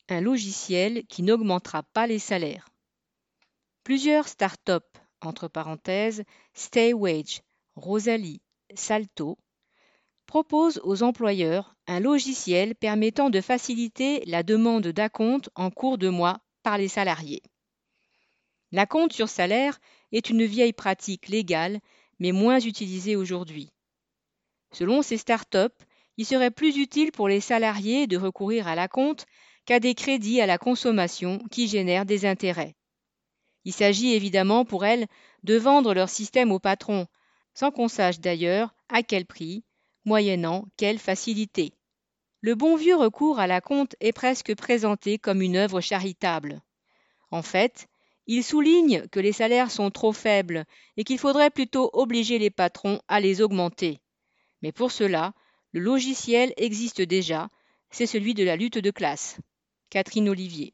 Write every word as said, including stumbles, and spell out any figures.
un logiciel qui n'augmentera pas les salaires. Plusieurs startups, entre parenthèses, Staywage, Rosalie, Salto, proposent aux employeurs un logiciel permettant de faciliter la demande d'acompte en cours de mois par les salariés. L'acompte sur salaire est une vieille pratique légale, mais moins utilisée aujourd'hui. Selon ces startups, il serait plus utile pour les salariés de recourir à l'acompte qu'à des crédits à la consommation qui génèrent des intérêts. Il s'agit évidemment pour elles de vendre leur système au patron, sans qu'on sache d'ailleurs à quel prix, moyennant quelle facilité. Le bon vieux recours à l'acompte est presque présenté comme une œuvre charitable. En fait, il souligne que les salaires sont trop faibles et qu'il faudrait plutôt obliger les patrons à les augmenter. Mais pour cela, le logiciel existe déjà, c'est celui de la lutte de classe. Catherine Olivier.